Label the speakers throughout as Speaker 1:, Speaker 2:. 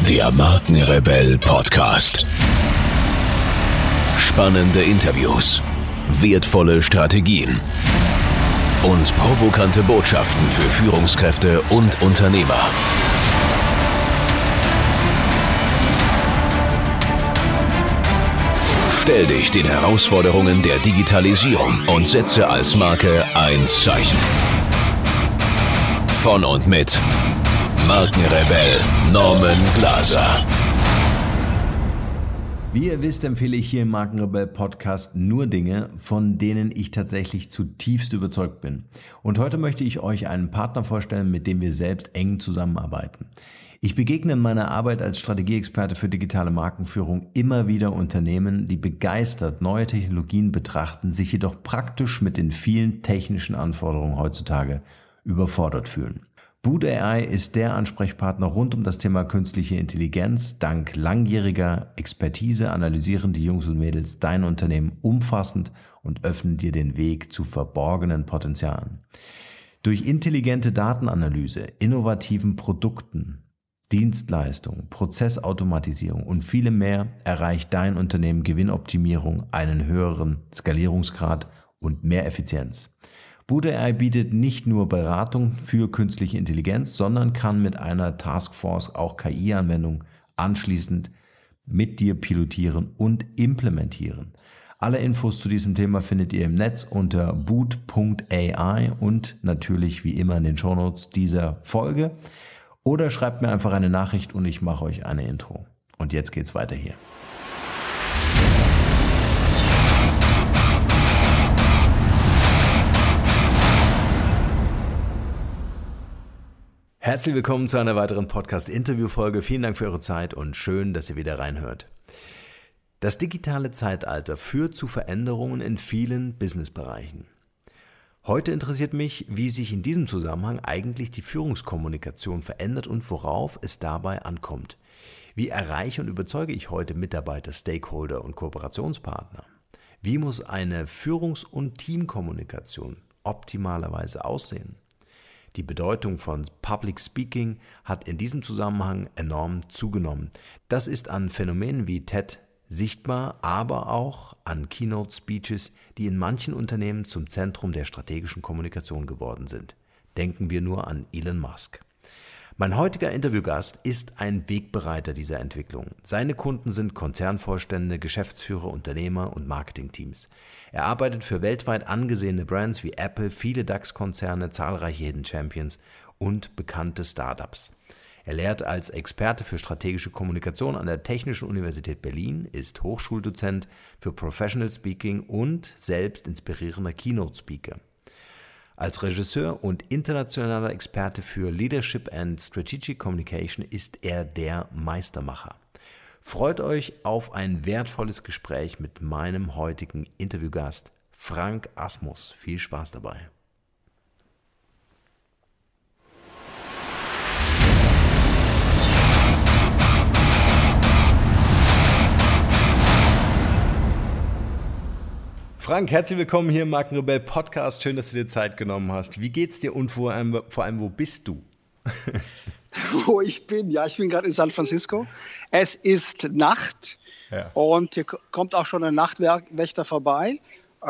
Speaker 1: Der Markenrebell Podcast. Spannende Interviews, wertvolle Strategien und provokante Botschaften für Führungskräfte und Unternehmer. Stell dich den Herausforderungen der Digitalisierung und setze als Marke ein Zeichen. Von und mit Markenrebell Norman Glaser.
Speaker 2: Wie ihr wisst, empfehle ich hier im Markenrebell Podcast nur Dinge, von denen ich tatsächlich zutiefst überzeugt bin. Und heute möchte ich euch einen Partner vorstellen, mit dem wir selbst eng zusammenarbeiten. Ich begegne in meiner Arbeit als Strategieexperte für digitale Markenführung immer wieder Unternehmen, die begeistert neue Technologien betrachten, sich jedoch praktisch mit den vielen technischen Anforderungen heutzutage überfordert fühlen. Boot AI ist der Ansprechpartner rund um das Thema künstliche Intelligenz. Dank langjähriger Expertise analysieren die Jungs und Mädels dein Unternehmen umfassend und öffnen dir den Weg zu verborgenen Potenzialen. Durch intelligente Datenanalyse, innovativen Produkten, Dienstleistungen, Prozessautomatisierung und vielem mehr erreicht dein Unternehmen Gewinnoptimierung, einen höheren Skalierungsgrad und mehr Effizienz. Boot AI bietet nicht nur Beratung für künstliche Intelligenz, sondern kann mit einer Taskforce auch KI-Anwendungen anschließend mit dir pilotieren und implementieren. Alle Infos zu diesem Thema findet ihr im Netz unter boot.ai und natürlich wie immer in den Shownotes dieser Folge. Oder schreibt mir einfach eine Nachricht und ich mache euch eine Intro. Und jetzt geht's weiter hier. Herzlich willkommen zu einer weiteren Podcast-Interview-Folge. Vielen Dank für eure Zeit und schön, dass ihr wieder reinhört. Das digitale Zeitalter führt zu Veränderungen in vielen Businessbereichen. Heute interessiert mich, wie sich in diesem Zusammenhang eigentlich die Führungskommunikation verändert und worauf es dabei ankommt. Wie erreiche und überzeuge ich heute Mitarbeiter, Stakeholder und Kooperationspartner? Wie muss eine Führungs- und Teamkommunikation optimalerweise aussehen? Die Bedeutung von Public Speaking hat in diesem Zusammenhang enorm zugenommen. Das ist an Phänomenen wie TED sichtbar, aber auch an Keynote-Speeches, die in manchen Unternehmen zum Zentrum der strategischen Kommunikation geworden sind. Denken wir nur an Elon Musk. Mein heutiger Interviewgast ist ein Wegbereiter dieser Entwicklung. Seine Kunden sind Konzernvorstände, Geschäftsführer, Unternehmer und Marketingteams. Er arbeitet für weltweit angesehene Brands wie Apple, viele DAX-Konzerne, zahlreiche Hidden Champions und bekannte Startups. Er lehrt als Experte für strategische Kommunikation an der Technischen Universität Berlin, ist Hochschuldozent für Professional Speaking und selbst inspirierender Keynote-Speaker. Als Regisseur und internationaler Experte für Leadership and Strategic Communication ist er der Meistermacher. Freut euch auf ein wertvolles Gespräch mit meinem heutigen Interviewgast, Frank Asmus. Viel Spaß dabei. Frank, herzlich willkommen hier im Markenrebell Podcast. Schön, dass du dir Zeit genommen hast. Wie geht's dir und vor allem wo bist du?
Speaker 3: Wo ich bin? Ja, ich bin gerade in San Francisco. Es ist Nacht und hier kommt auch schon ein Nachtwächter vorbei.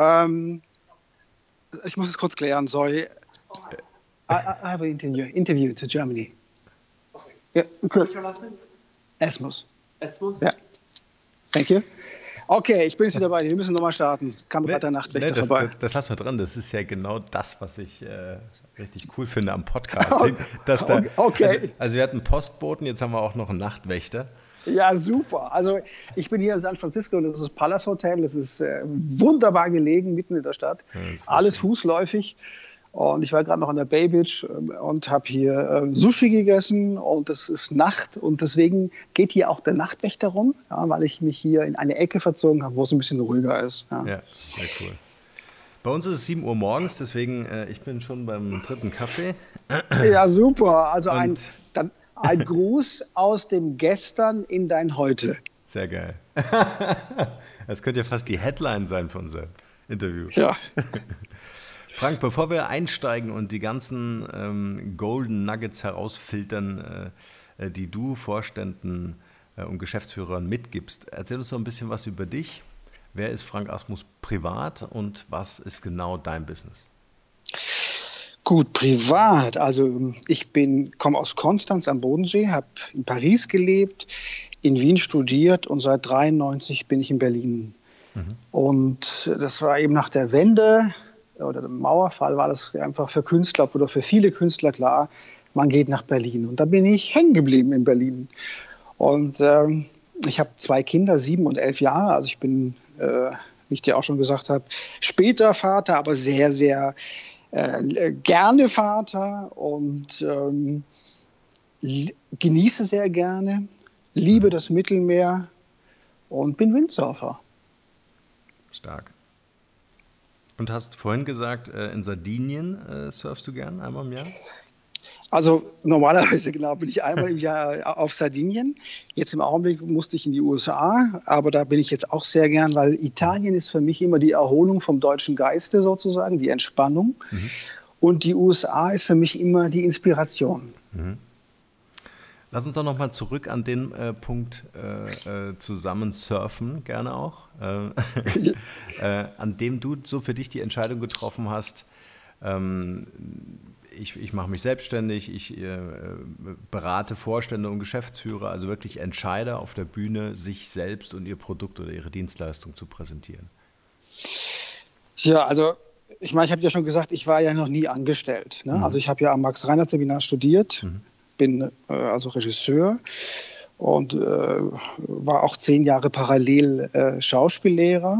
Speaker 3: Ich muss es kurz klären, sorry. I have an interview to Germany.
Speaker 4: Okay.
Speaker 3: Yeah, okay.
Speaker 4: What's your last name?
Speaker 3: Esmus.
Speaker 4: Esmus?
Speaker 3: Ja. Thank you. Okay, ich bin jetzt wieder bei dir. Wir müssen nochmal starten. Kam gerade der Nachtwächter vorbei.
Speaker 2: Das lassen wir dran. Das ist ja genau das, was ich richtig cool finde am Podcast.
Speaker 3: Okay.
Speaker 2: Also wir hatten Postboten, jetzt haben wir auch noch einen Nachtwächter.
Speaker 3: Ja, super. Also ich bin hier in San Francisco und das ist das Palace Hotel. Das ist wunderbar gelegen, mitten in der Stadt. Ja, alles fußläufig. Und ich war gerade noch an der Bay Beach und habe hier Sushi gegessen und es ist Nacht und deswegen geht hier auch der Nachtwächter rum, ja, weil ich mich hier in eine Ecke verzogen habe, wo es ein bisschen ruhiger ist.
Speaker 2: Ja, sehr cool. Bei uns ist es 7 Uhr morgens, deswegen ich bin schon beim 3. Kaffee.
Speaker 3: Ja, super. Also ein Gruß aus dem Gestern in dein Heute.
Speaker 2: Sehr geil. Das könnte ja fast die Headline sein von unserem Interview.
Speaker 3: Ja.
Speaker 2: Frank, bevor wir einsteigen und die ganzen Golden Nuggets herausfiltern, die du Vorständen und Geschäftsführern mitgibst. Erzähl uns doch ein bisschen was über dich. Wer ist Frank Asmus privat und was ist genau dein Business?
Speaker 3: Gut, privat. Also ich komme aus Konstanz am Bodensee, habe in Paris gelebt, in Wien studiert und seit 1993 bin ich in Berlin. Und das war eben nach der Wende oder dem Mauerfall, war das einfach für Künstler oder für viele Künstler klar, man geht nach Berlin. Und da bin ich hängen geblieben in Berlin. Und ich habe 2 Kinder, 7 und 11 Jahre. Also ich bin, wie ich dir auch schon gesagt habe, später Vater, aber sehr, sehr gerne Vater und genieße sehr gerne, liebe das Mittelmeer und bin Windsurfer.
Speaker 2: Stark. Und hast vorhin gesagt, in Sardinien surfst du gern einmal im Jahr?
Speaker 3: Also normalerweise bin ich einmal im Jahr auf Sardinien. Jetzt im Augenblick musste ich in die USA, aber da bin ich jetzt auch sehr gern, weil Italien ist für mich immer die Erholung vom deutschen Geiste sozusagen, die Entspannung. Und die USA ist für mich immer die Inspiration.
Speaker 2: Lass uns doch nochmal zurück an den Punkt zusammen surfen, gerne auch, an dem du so für dich die Entscheidung getroffen hast, ich mache mich selbstständig, ich berate Vorstände und Geschäftsführer, also wirklich Entscheider auf der Bühne, sich selbst und ihr Produkt oder ihre Dienstleistung zu präsentieren.
Speaker 3: Ja, also ich meine, ich habe ja schon gesagt, ich war ja noch nie angestellt. Ne? Also ich habe ja am Max-Reinhardt-Seminar studiert, bin also Regisseur und war auch 10 Jahre parallel Schauspiellehrer.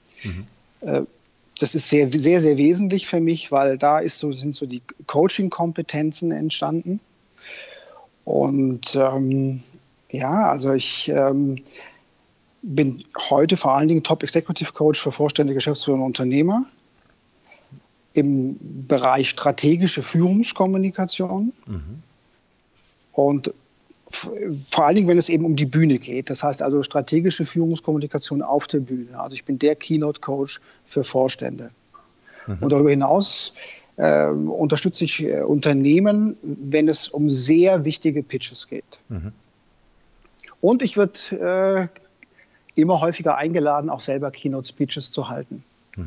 Speaker 3: Das ist sehr, sehr, sehr wesentlich für mich, weil da sind so die Coaching-Kompetenzen entstanden. Und also ich bin heute vor allen Dingen Top-Executive-Coach für Vorstände, Geschäftsführer und Unternehmer im Bereich strategische Führungskommunikation. Und vor allen Dingen, wenn es eben um die Bühne geht. Das heißt also strategische Führungskommunikation auf der Bühne. Also ich bin der Keynote-Coach für Vorstände. Und darüber hinaus unterstütze ich Unternehmen, wenn es um sehr wichtige Pitches geht. Und ich werde immer häufiger eingeladen, auch selber Keynote-Speeches zu halten.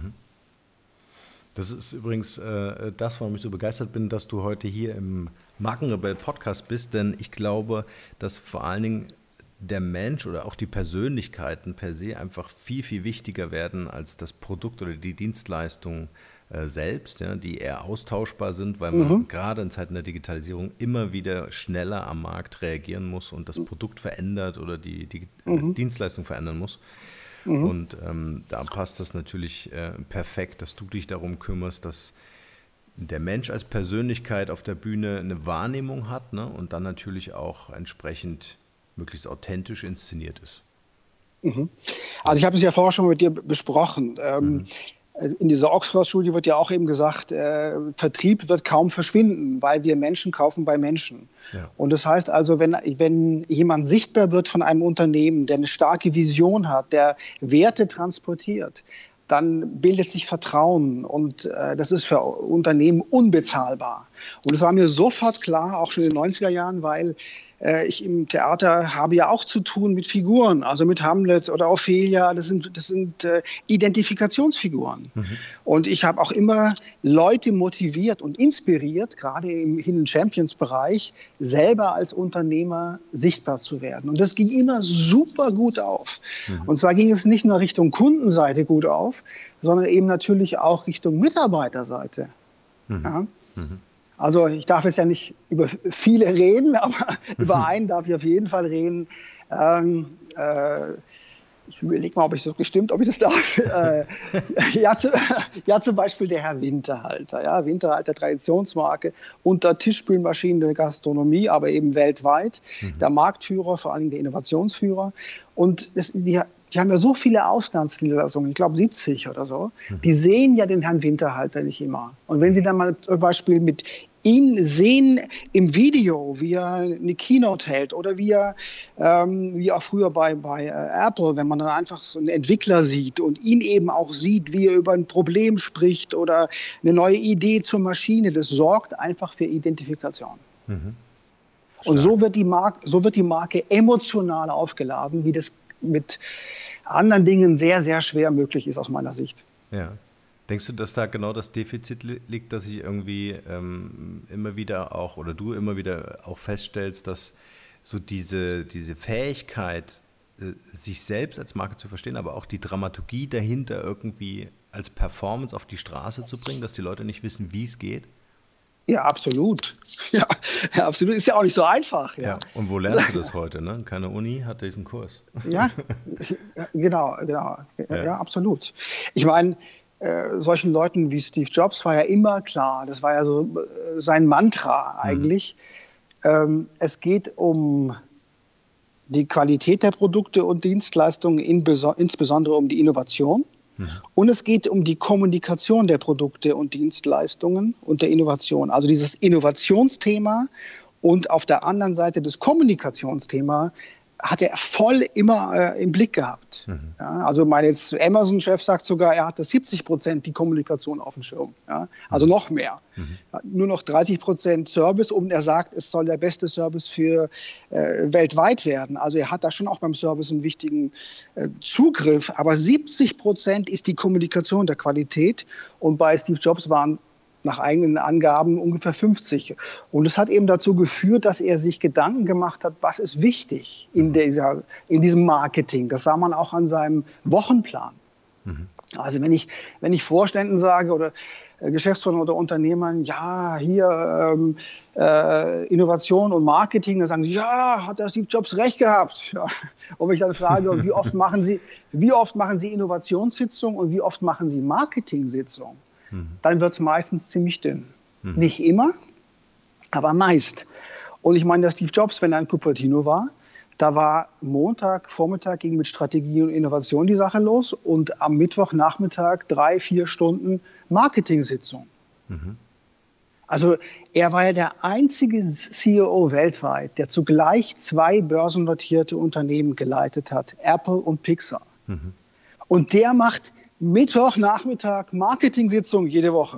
Speaker 2: Das ist übrigens das, warum ich so begeistert bin, dass du heute hier im Markenrebell-Podcast bist, denn ich glaube, dass vor allen Dingen der Mensch oder auch die Persönlichkeiten per se einfach viel, viel wichtiger werden als das Produkt oder die Dienstleistung selbst, ja, die eher austauschbar sind, weil man gerade in Zeiten der Digitalisierung immer wieder schneller am Markt reagieren muss und das Produkt verändert oder die Dienstleistung verändern muss. Und da passt das natürlich perfekt, dass du dich darum kümmerst, dass der Mensch als Persönlichkeit auf der Bühne eine Wahrnehmung hat, ne, und dann natürlich auch entsprechend möglichst authentisch inszeniert ist.
Speaker 3: Also ich habe es ja vorher schon mit dir besprochen. In dieser Oxford-Studie wird ja auch eben gesagt, Vertrieb wird kaum verschwinden, weil wir Menschen kaufen bei Menschen. Ja. Und das heißt also, wenn jemand sichtbar wird von einem Unternehmen, der eine starke Vision hat, der Werte transportiert, dann bildet sich Vertrauen und das ist für Unternehmen unbezahlbar. Und das war mir sofort klar, auch schon in den 90er Jahren, weil ich im Theater habe ja auch zu tun mit Figuren, also mit Hamlet oder Ophelia, das sind Identifikationsfiguren. Und ich habe auch immer Leute motiviert und inspiriert, gerade im Hidden Champions Bereich, selber als Unternehmer sichtbar zu werden. Und das ging immer super gut auf. Und zwar ging es nicht nur Richtung Kundenseite gut auf, sondern eben natürlich auch Richtung Mitarbeiterseite. Ja? Also ich darf jetzt ja nicht über viele reden, aber über einen darf ich auf jeden Fall reden. Ich überlege mal, ob ich das darf. Zum Beispiel der Herr Winterhalter. Ja, Winterhalter, Traditionsmarke, unter Tischspülmaschinen der Gastronomie, aber eben weltweit. Der Marktführer, vor allem der Innovationsführer. Und die haben ja so viele Auslandsniederlassungen, ich glaube 70 oder so. Die sehen ja den Herrn Winterhalter nicht immer. Und wenn Sie dann mal zum Beispiel mit ihn sehen im Video, wie er eine Keynote hält oder wie auch früher bei Apple, wenn man dann einfach so einen Entwickler sieht und ihn eben auch sieht, wie er über ein Problem spricht oder eine neue Idee zur Maschine, das sorgt einfach für Identifikation. Und so wird die Marke emotional aufgeladen, wie das mit anderen Dingen sehr, sehr schwer möglich ist aus meiner Sicht.
Speaker 2: Ja. Denkst du, dass da genau das Defizit liegt, dass ich irgendwie immer wieder auch, oder du immer wieder auch feststellst, dass so diese Fähigkeit, sich selbst als Marke zu verstehen, aber auch die Dramaturgie dahinter irgendwie als Performance auf die Straße zu bringen, dass die Leute nicht wissen, wie es geht?
Speaker 3: Ja, absolut. Ja, absolut. Ist ja auch nicht so einfach.
Speaker 2: Ja. Und wo lernst du das heute? Ne? Keine Uni hat diesen Kurs.
Speaker 3: Ja, genau. Ja, absolut. Ich meine, solchen Leuten wie Steve Jobs war ja immer klar, das war ja so sein Mantra eigentlich. Es geht um die Qualität der Produkte und Dienstleistungen, insbesondere um die Innovation. Und es geht um die Kommunikation der Produkte und Dienstleistungen und der Innovation. Also dieses Innovationsthema und auf der anderen Seite das Kommunikationsthema hat er voll immer im Blick gehabt. Ja, also mein jetzt Amazon-Chef sagt sogar, er hatte 70% die Kommunikation auf dem Schirm. Ja, also noch mehr. Nur noch 30% Service und er sagt, es soll der beste Service für weltweit werden. Also er hat da schon auch beim Service einen wichtigen Zugriff. Aber 70% ist die Kommunikation der Qualität und bei Steve Jobs waren nach eigenen Angaben ungefähr 50. Und es hat eben dazu geführt, dass er sich Gedanken gemacht hat, was ist wichtig in diesem Marketing. Das sah man auch an seinem Wochenplan. Also wenn ich Vorständen sage oder Geschäftsführern oder Unternehmern, ja, hier Innovation und Marketing, dann sagen sie, ja, hat der Steve Jobs recht gehabt. Ja. Und wenn ich dann frage, wie oft machen Sie Innovationssitzungen und wie oft machen Sie Marketing-Sitzungen? Dann wird es meistens ziemlich dünn. Nicht immer, aber meist. Und ich meine, der Steve Jobs, wenn er in Cupertino war, da war Montagvormittag ging mit Strategie und Innovation die Sache los und am Mittwochnachmittag 3-4 Stunden Marketing-Sitzung. Also er war ja der einzige CEO weltweit, der zugleich 2 börsennotierte Unternehmen geleitet hat, Apple und Pixar. Und der macht Mittwochnachmittag Marketing-Sitzung jede Woche.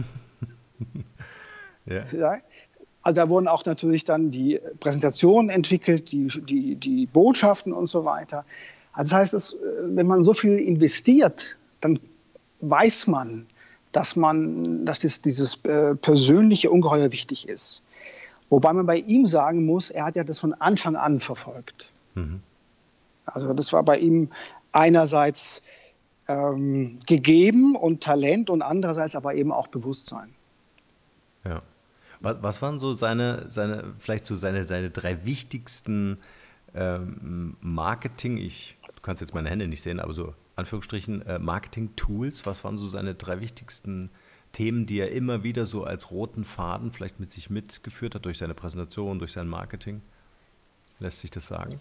Speaker 3: Ja. Also da wurden auch natürlich dann die Präsentationen entwickelt, die Botschaften und so weiter. Also das heißt, wenn man so viel investiert, dann weiß man, dass dieses Persönliche ungeheuer wichtig ist. Wobei man bei ihm sagen muss, er hat ja das von Anfang an verfolgt. Also das war bei ihm einerseits gegeben und Talent und andererseits aber eben auch Bewusstsein.
Speaker 2: Ja. Was waren so seine 3 wichtigsten Marketing, du kannst jetzt meine Hände nicht sehen, aber so Anführungsstrichen Marketing-Tools, was waren so seine 3 wichtigsten Themen, die er immer wieder so als roten Faden vielleicht mit sich mitgeführt hat durch seine Präsentation, durch sein Marketing? Lässt sich das sagen?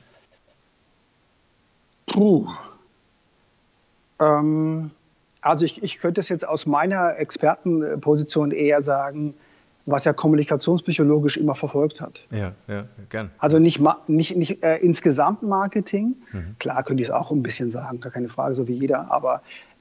Speaker 3: Also ich könnte es jetzt aus meiner Expertenposition eher sagen, was er kommunikationspsychologisch immer verfolgt hat.
Speaker 2: Ja, gern.
Speaker 3: Also nicht insgesamt Marketing. Klar könnte ich es auch ein bisschen sagen, gar keine Frage, so wie jeder. Aber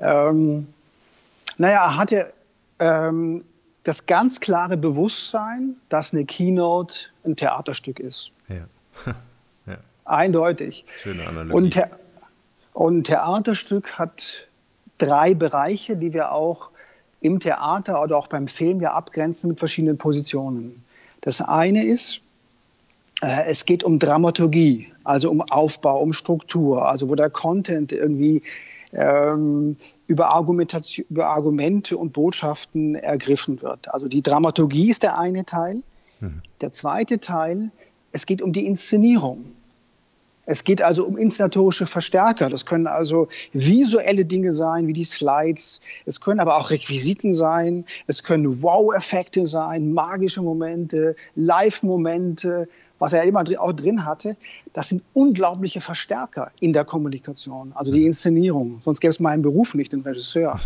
Speaker 3: er hatte das ganz klare Bewusstsein, dass eine Keynote ein Theaterstück ist.
Speaker 2: Ja.
Speaker 3: Eindeutig.
Speaker 2: Schöne Analogie.
Speaker 3: Und ein Theaterstück hat 3 Bereiche, die wir auch im Theater oder auch beim Film ja abgrenzen mit verschiedenen Positionen. Das eine ist, es geht um Dramaturgie, also um Aufbau, um Struktur, also wo der Content irgendwie über Argumente und Botschaften ergriffen wird. Also die Dramaturgie ist der eine Teil. Der zweite Teil, es geht um die Inszenierung. Es geht also um inszenatorische Verstärker. Das können also visuelle Dinge sein, wie die Slides. Es können aber auch Requisiten sein. Es können Wow-Effekte sein, magische Momente, Live-Momente, was er immer auch drin hatte. Das sind unglaubliche Verstärker in der Kommunikation, also die Inszenierung. Sonst gäbe es meinen Beruf nicht, den Regisseur.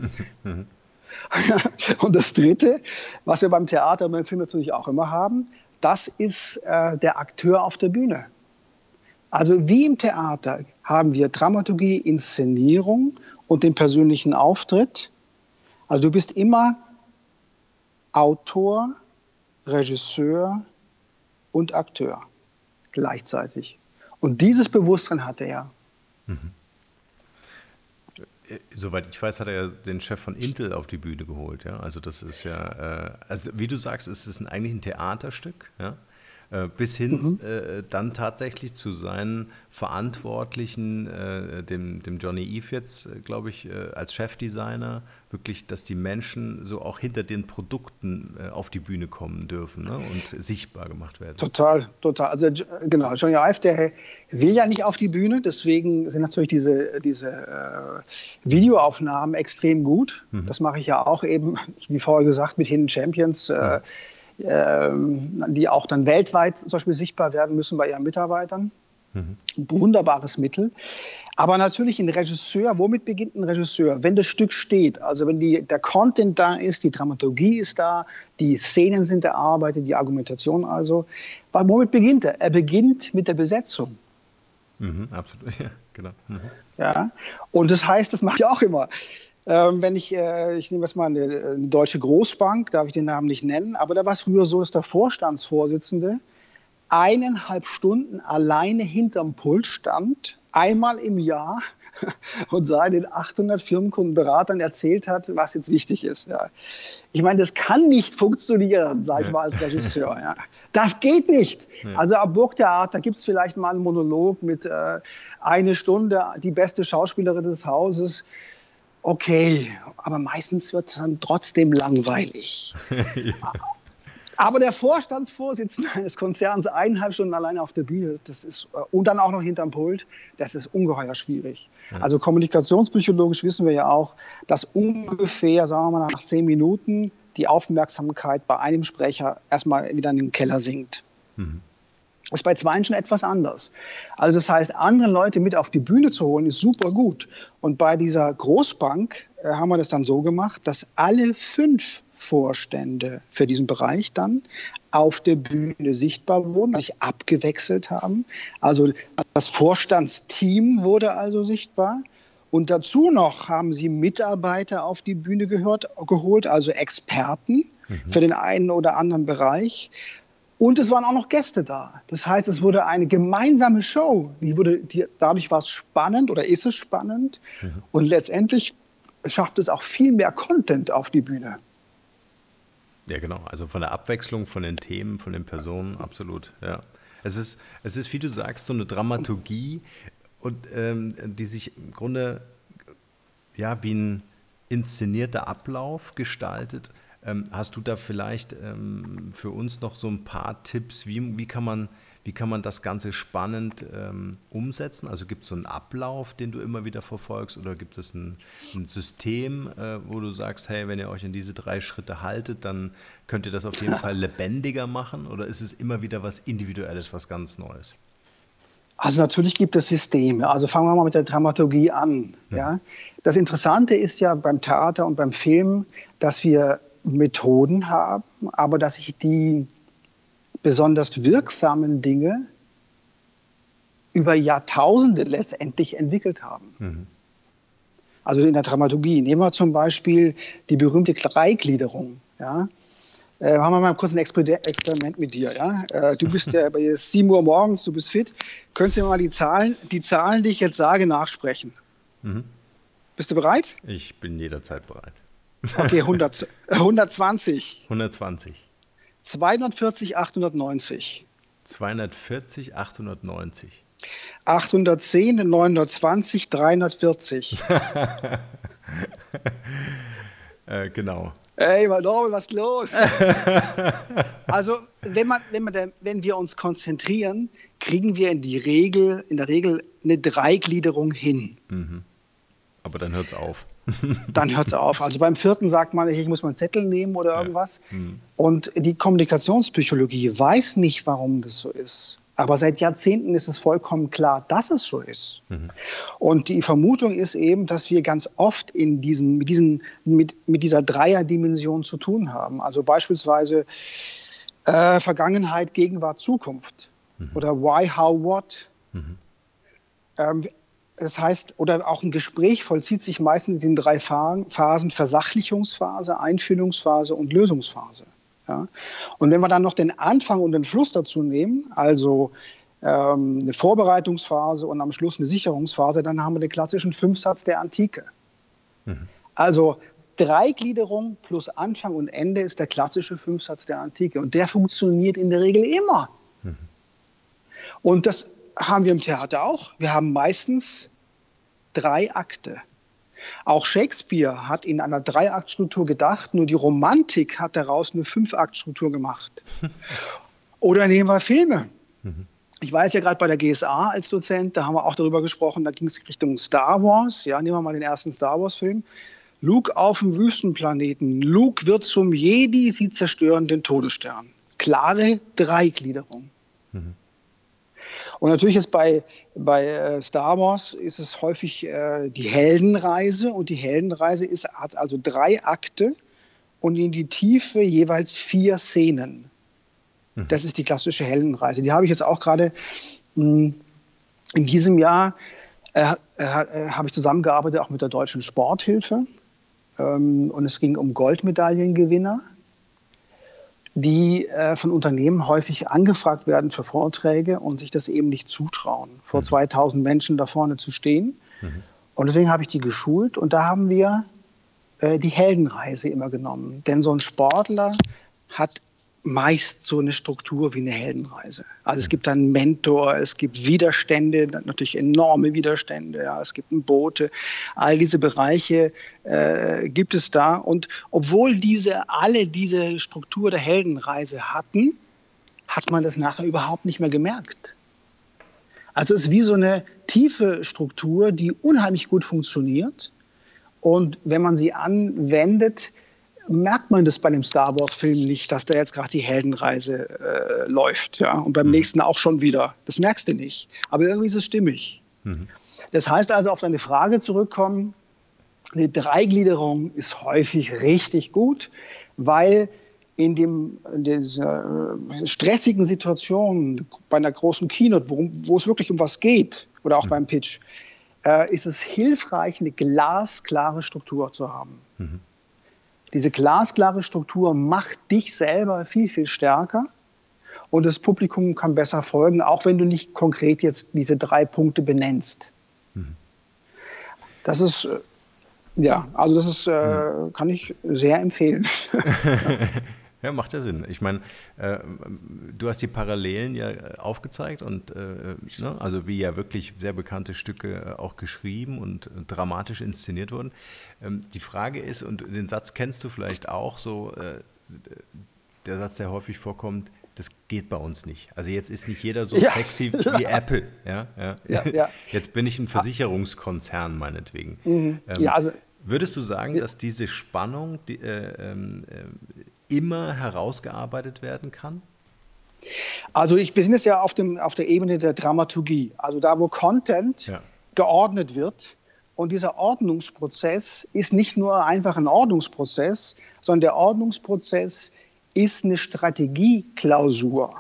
Speaker 3: Und das Dritte, was wir beim Theater und beim Film natürlich auch immer haben, das ist der Akteur auf der Bühne. Also wie im Theater haben wir Dramaturgie, Inszenierung und den persönlichen Auftritt. Also du bist immer Autor, Regisseur und Akteur gleichzeitig. Und dieses Bewusstsein hatte er.
Speaker 2: Soweit ich weiß, hat er ja den Chef von Intel auf die Bühne geholt. Ja? Also das ist ja, also wie du sagst, ist es eigentlich ein Theaterstück, ja? Bis hin dann tatsächlich zu seinen Verantwortlichen, dem Johnny Ive jetzt, glaube ich, als Chefdesigner, wirklich, dass die Menschen so auch hinter den Produkten auf die Bühne kommen dürfen, ne? Und sichtbar gemacht werden.
Speaker 3: Total. Also genau, Johnny Ive, der will ja nicht auf die Bühne, deswegen sind natürlich diese Videoaufnahmen extrem gut. Das mache ich ja auch eben, wie vorher gesagt, mit Hidden Champions, die auch dann weltweit zum Beispiel sichtbar werden müssen bei ihren Mitarbeitern. Ein wunderbares Mittel. Aber natürlich ein Regisseur, womit beginnt ein Regisseur? Wenn das Stück steht, also wenn der Content da ist, die Dramaturgie ist da, die Szenen sind erarbeitet, die Argumentation also. Womit beginnt er? Er beginnt mit der Besetzung.
Speaker 2: Absolut, ja, genau.
Speaker 3: Ja? Und das heißt, das mache ich auch immer. Wenn ich nehme jetzt mal eine deutsche Großbank, darf ich den Namen nicht nennen, aber da war es früher so, dass der Vorstandsvorsitzende 1,5 Stunden alleine hinterm Pult stand, einmal im Jahr und seinen 800 Firmenkundenberatern erzählt hat, was jetzt wichtig ist. Ja. Ich meine, das kann nicht funktionieren, sage ich mal als Regisseur. Ja. Das geht nicht. Ja. Also am Burgtheater gibt es vielleicht mal einen Monolog mit 1 Stunde, die beste Schauspielerin des Hauses. Okay, aber meistens wird es dann trotzdem langweilig. Ja. Aber der Vorstandsvorsitzende eines Konzerns 1,5 Stunden alleine auf der Bühne, das ist, und dann auch noch hinterm Pult, das ist ungeheuer schwierig. Ja. Also kommunikationspsychologisch wissen wir ja auch, dass ungefähr, sagen wir mal, nach 10 Minuten die Aufmerksamkeit bei einem Sprecher erstmal wieder in den Keller sinkt. Das ist bei zweien schon etwas anders. Also das heißt, andere Leute mit auf die Bühne zu holen, ist super gut. Und bei dieser Großbank haben wir das dann so gemacht, dass alle 5 Vorstände für diesen Bereich dann auf der Bühne sichtbar wurden, sich abgewechselt haben. Also das Vorstandsteam wurde also sichtbar. Und dazu noch haben sie Mitarbeiter auf die Bühne geholt, also Experten für den einen oder anderen Bereich. Und es waren auch noch Gäste da. Das heißt, es wurde eine gemeinsame Show. Dadurch war es spannend oder ist es spannend. Und letztendlich schafft es auch viel mehr Content auf die Bühne.
Speaker 2: Ja, genau. Also von der Abwechslung, von den Themen, von den Personen, absolut. Ja. Es ist, wie du sagst, so eine Dramaturgie, und, die sich im Grunde ja, wie ein inszenierter Ablauf gestaltet. Hast du da vielleicht für uns noch so ein paar Tipps, wie kann man das Ganze spannend umsetzen? Also gibt es so einen Ablauf, den du immer wieder verfolgst, oder gibt es ein System, wo du sagst, hey, wenn ihr euch an diese 3 Schritte haltet, dann könnt ihr das auf jeden Fall lebendiger machen, oder ist es immer wieder was Individuelles, was ganz Neues?
Speaker 3: Also natürlich gibt es Systeme. Also fangen wir mal mit der Dramaturgie an. Ja? Das Interessante ist ja beim Theater und beim Film, dass wir Methoden haben, aber dass sich die besonders wirksamen Dinge über Jahrtausende letztendlich entwickelt haben. Also in der Dramaturgie. Nehmen wir zum Beispiel die berühmte Dreigliederung. Ja? Machen wir mal kurz ein Experiment mit dir. Ja? Du bist ja bei 7 Uhr morgens, du bist fit. Könntest du mir mal die Zahlen, die ich jetzt sage, nachsprechen? Bist du bereit?
Speaker 2: Ich bin jederzeit bereit.
Speaker 3: Okay, 120.
Speaker 2: 120.
Speaker 3: 240, 890.
Speaker 2: 240, 890.
Speaker 3: 810, 920, 340.
Speaker 2: Genau.
Speaker 3: Ey, Norman, was ist los? Also, wenn wir uns konzentrieren, kriegen wir in der Regel eine Dreigliederung hin.
Speaker 2: Aber dann hört es auf.
Speaker 3: Dann hört es auf. Also beim 4. sagt man, ich muss mal einen Zettel nehmen oder irgendwas. Und die Kommunikationspsychologie weiß nicht, warum das so ist. Aber seit Jahrzehnten ist es vollkommen klar, dass es so ist. Und die Vermutung ist eben, dass wir ganz oft mit dieser Dreierdimension zu tun haben. Also beispielsweise Vergangenheit, Gegenwart, Zukunft. Oder why, how, what. Das heißt, oder auch ein Gespräch vollzieht sich meistens in den 3 Phasen: Versachlichungsphase, Einfühlungsphase und Lösungsphase. Ja? Und wenn wir dann noch den Anfang und den Schluss dazu nehmen, also eine Vorbereitungsphase und am Schluss eine Sicherungsphase, dann haben wir den klassischen Fünfsatz der Antike. Also Dreigliederung plus Anfang und Ende ist der klassische Fünfsatz der Antike. Und der funktioniert in der Regel immer. Und das haben wir im Theater auch. Wir haben meistens 3 Akte. Auch Shakespeare hat in einer 3-Akt-Struktur gedacht, nur die Romantik hat daraus eine 5-Akt-Struktur gemacht. Oder nehmen wir Filme. Ich war jetzt ja gerade bei der GSA als Dozent, da haben wir auch darüber gesprochen, da ging es Richtung Star Wars. Ja, nehmen wir mal den ersten Star Wars-Film. Luke auf dem Wüstenplaneten. Luke wird zum Jedi, sie zerstören den Todesstern. Klare Dreigliederung. Und natürlich ist bei Star Wars ist es häufig die Heldenreise. Und die Heldenreise hat also 3 Akte und in die Tiefe jeweils 4 Szenen. Das ist die klassische Heldenreise. Die habe ich jetzt auch gerade in diesem Jahr habe ich zusammengearbeitet auch mit der Deutschen Sporthilfe. Und es ging um Goldmedaillengewinner, die von Unternehmen häufig angefragt werden für Vorträge und sich das eben nicht zutrauen, vor 2000 Menschen da vorne zu stehen. Und deswegen habe ich die geschult und da haben wir die Heldenreise immer genommen. Denn so ein Sportler hat meist so eine Struktur wie eine Heldenreise. Also es gibt einen Mentor, es gibt Widerstände, natürlich enorme Widerstände, ja, es gibt einen Bote, all diese Bereiche gibt es da. Und obwohl alle diese Struktur der Heldenreise hatten, hat man das nachher überhaupt nicht mehr gemerkt. Also es ist wie so eine tiefe Struktur, die unheimlich gut funktioniert. Und wenn man sie anwendet, merkt man das bei dem Star Wars-Film nicht, dass da jetzt gerade die Heldenreise läuft. Ja? Und beim nächsten auch schon wieder. Das merkst du nicht. Aber irgendwie ist es stimmig. Das heißt also, auf deine Frage zurückkommen, eine Dreigliederung ist häufig richtig gut, weil in dieser stressigen Situation, bei einer großen Keynote, wo es wirklich um was geht, oder auch beim Pitch, ist es hilfreich, eine glasklare Struktur zu haben. Diese glasklare Struktur macht dich selber viel, viel stärker und das Publikum kann besser folgen, auch wenn du nicht konkret jetzt diese 3 Punkte benennst. Das ist, kann ich sehr empfehlen.
Speaker 2: Ja, macht ja Sinn. Ich meine, du hast die Parallelen ja aufgezeigt und also wie ja wirklich sehr bekannte Stücke auch geschrieben und dramatisch inszeniert wurden. Die Frage ist, und den Satz kennst du vielleicht auch, so der Satz, der häufig vorkommt, das geht bei uns nicht. Also jetzt ist nicht jeder so sexy wie Apple. Ja. Jetzt bin ich ein Versicherungskonzern meinetwegen. Würdest du sagen, dass diese Spannung immer herausgearbeitet werden kann?
Speaker 3: Also wir sind jetzt ja auf der Ebene der Dramaturgie, also da, wo Content geordnet wird. Und dieser Ordnungsprozess ist nicht nur einfach ein Ordnungsprozess, sondern der Ordnungsprozess ist eine Strategieklausur.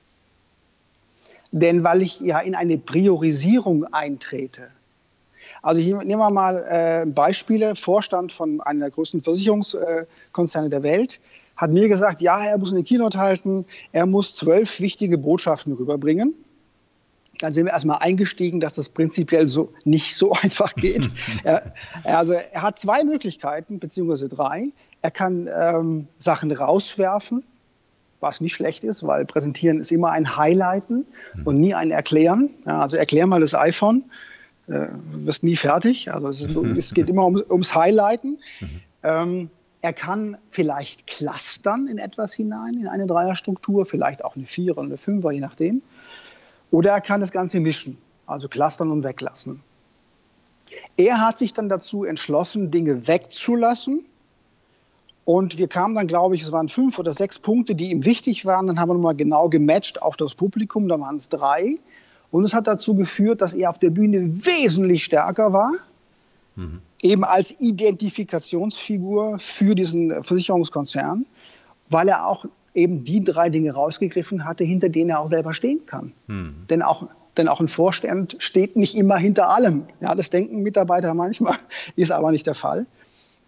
Speaker 3: Denn weil ich ja in eine Priorisierung eintrete. Also hier nehmen wir mal Beispiele. Vorstand von einer der größten Versicherungskonzerne der Welt hat mir gesagt, ja, er muss eine Keynote halten, er muss 12 wichtige Botschaften rüberbringen. Dann sind wir erstmal eingestiegen, dass das prinzipiell nicht so einfach geht. Er hat 2 Möglichkeiten, beziehungsweise 3. Er kann Sachen rauswerfen, was nicht schlecht ist, weil Präsentieren ist immer ein Highlighten und nie ein Erklären. Ja, also erklär mal das iPhone, wirst nie fertig. Also es geht immer ums Highlighten. Er kann vielleicht clustern in etwas hinein, in eine Dreierstruktur, vielleicht auch eine Vierer- oder eine Fünfer, je nachdem. Oder er kann das Ganze mischen, also clustern und weglassen. Er hat sich dann dazu entschlossen, Dinge wegzulassen. Und wir kamen dann, glaube ich, es waren 5 oder 6 Punkte, die ihm wichtig waren. Dann haben wir nochmal genau gematcht auf das Publikum, da waren es 3. Und es hat dazu geführt, dass er auf der Bühne wesentlich stärker war. Eben als Identifikationsfigur für diesen Versicherungskonzern, weil er auch eben die 3 Dinge rausgegriffen hatte, hinter denen er auch selber stehen kann. Denn auch ein Vorstand steht nicht immer hinter allem. Ja, das denken Mitarbeiter manchmal, ist aber nicht der Fall.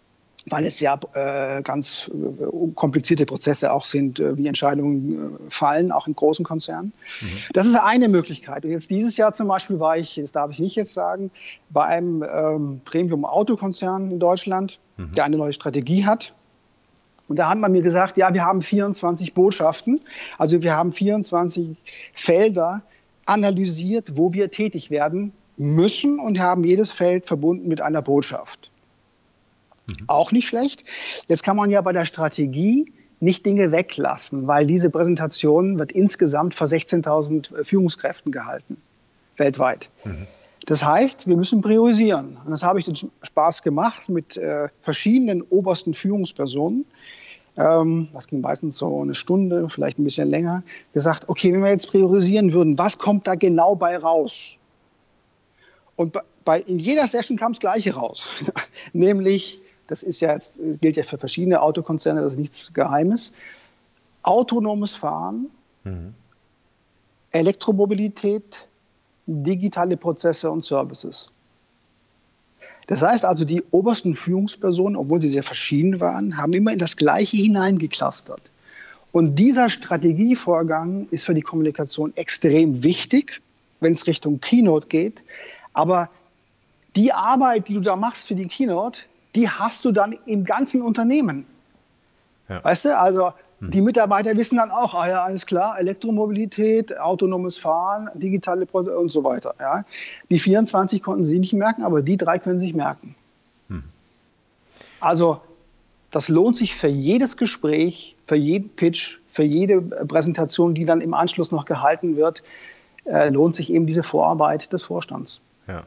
Speaker 3: weil es ja ganz komplizierte Prozesse auch sind, wie Entscheidungen fallen, auch in großen Konzernen. Mhm. Das ist eine Möglichkeit. Und jetzt dieses Jahr zum Beispiel war ich, das darf ich nicht jetzt sagen, bei einem Premium-Autokonzern in Deutschland, der eine neue Strategie hat. Und da hat man mir gesagt, ja, wir haben 24 Botschaften, also wir haben 24 Felder analysiert, wo wir tätig werden müssen und haben jedes Feld verbunden mit einer Botschaft. Auch nicht schlecht. Jetzt kann man ja bei der Strategie nicht Dinge weglassen, weil diese Präsentation wird insgesamt vor 16.000 Führungskräften gehalten, weltweit. Das heißt, wir müssen priorisieren. Und das habe ich den Spaß gemacht mit verschiedenen obersten Führungspersonen. Das ging meistens so eine Stunde, vielleicht ein bisschen länger. Gesagt, okay, wenn wir jetzt priorisieren würden, was kommt da genau bei raus? Und in jeder Session kam das Gleiche raus. Nämlich, das ist ja jetzt, gilt ja für verschiedene Autokonzerne, das ist nichts Geheimes. Autonomes Fahren, Elektromobilität, digitale Prozesse und Services. Das heißt also, die obersten Führungspersonen, obwohl sie sehr verschieden waren, haben immer in das Gleiche hineingeklustert. Und dieser Strategievorgang ist für die Kommunikation extrem wichtig, wenn es Richtung Keynote geht. Aber die Arbeit, die du da machst für die Keynote, die hast du dann im ganzen Unternehmen. Ja. Weißt du, also die Mitarbeiter wissen dann auch, ah ja, alles klar, Elektromobilität, autonomes Fahren, digitale Produkte und so weiter. Ja. Die 24 konnten sie nicht merken, aber die 3 können sich merken. Also das lohnt sich für jedes Gespräch, für jeden Pitch, für jede Präsentation, die dann im Anschluss noch gehalten wird, lohnt sich eben diese Vorarbeit des Vorstands.
Speaker 2: Ja.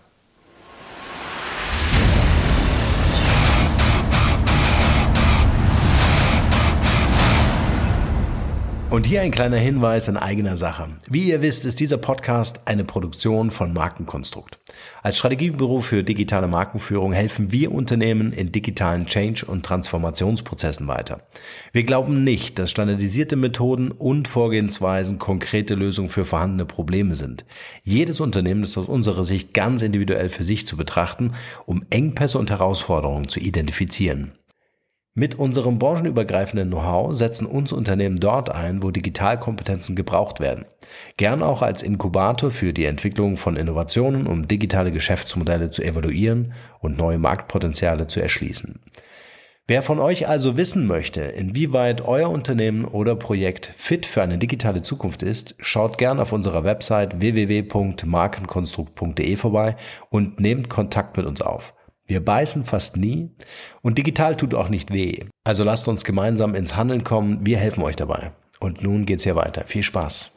Speaker 2: Und hier ein kleiner Hinweis in eigener Sache. Wie ihr wisst, ist dieser Podcast eine Produktion von Markenkonstrukt. Als Strategiebüro für digitale Markenführung helfen wir Unternehmen in digitalen Change- und Transformationsprozessen weiter. Wir glauben nicht, dass standardisierte Methoden und Vorgehensweisen konkrete Lösungen für vorhandene Probleme sind. Jedes Unternehmen ist aus unserer Sicht ganz individuell für sich zu betrachten, um Engpässe und Herausforderungen zu identifizieren. Mit unserem branchenübergreifenden Know-how setzen uns Unternehmen dort ein, wo Digitalkompetenzen gebraucht werden. Gern auch als Inkubator für die Entwicklung von Innovationen, um digitale Geschäftsmodelle zu evaluieren und neue Marktpotenziale zu erschließen. Wer von euch also wissen möchte, inwieweit euer Unternehmen oder Projekt fit für eine digitale Zukunft ist, schaut gern auf unserer Website www.markenkonstrukt.de vorbei und nehmt Kontakt mit uns auf. Wir beißen fast nie und digital tut auch nicht weh. Also lasst uns gemeinsam ins Handeln kommen, wir helfen euch dabei. Und nun geht's hier weiter. Viel Spaß!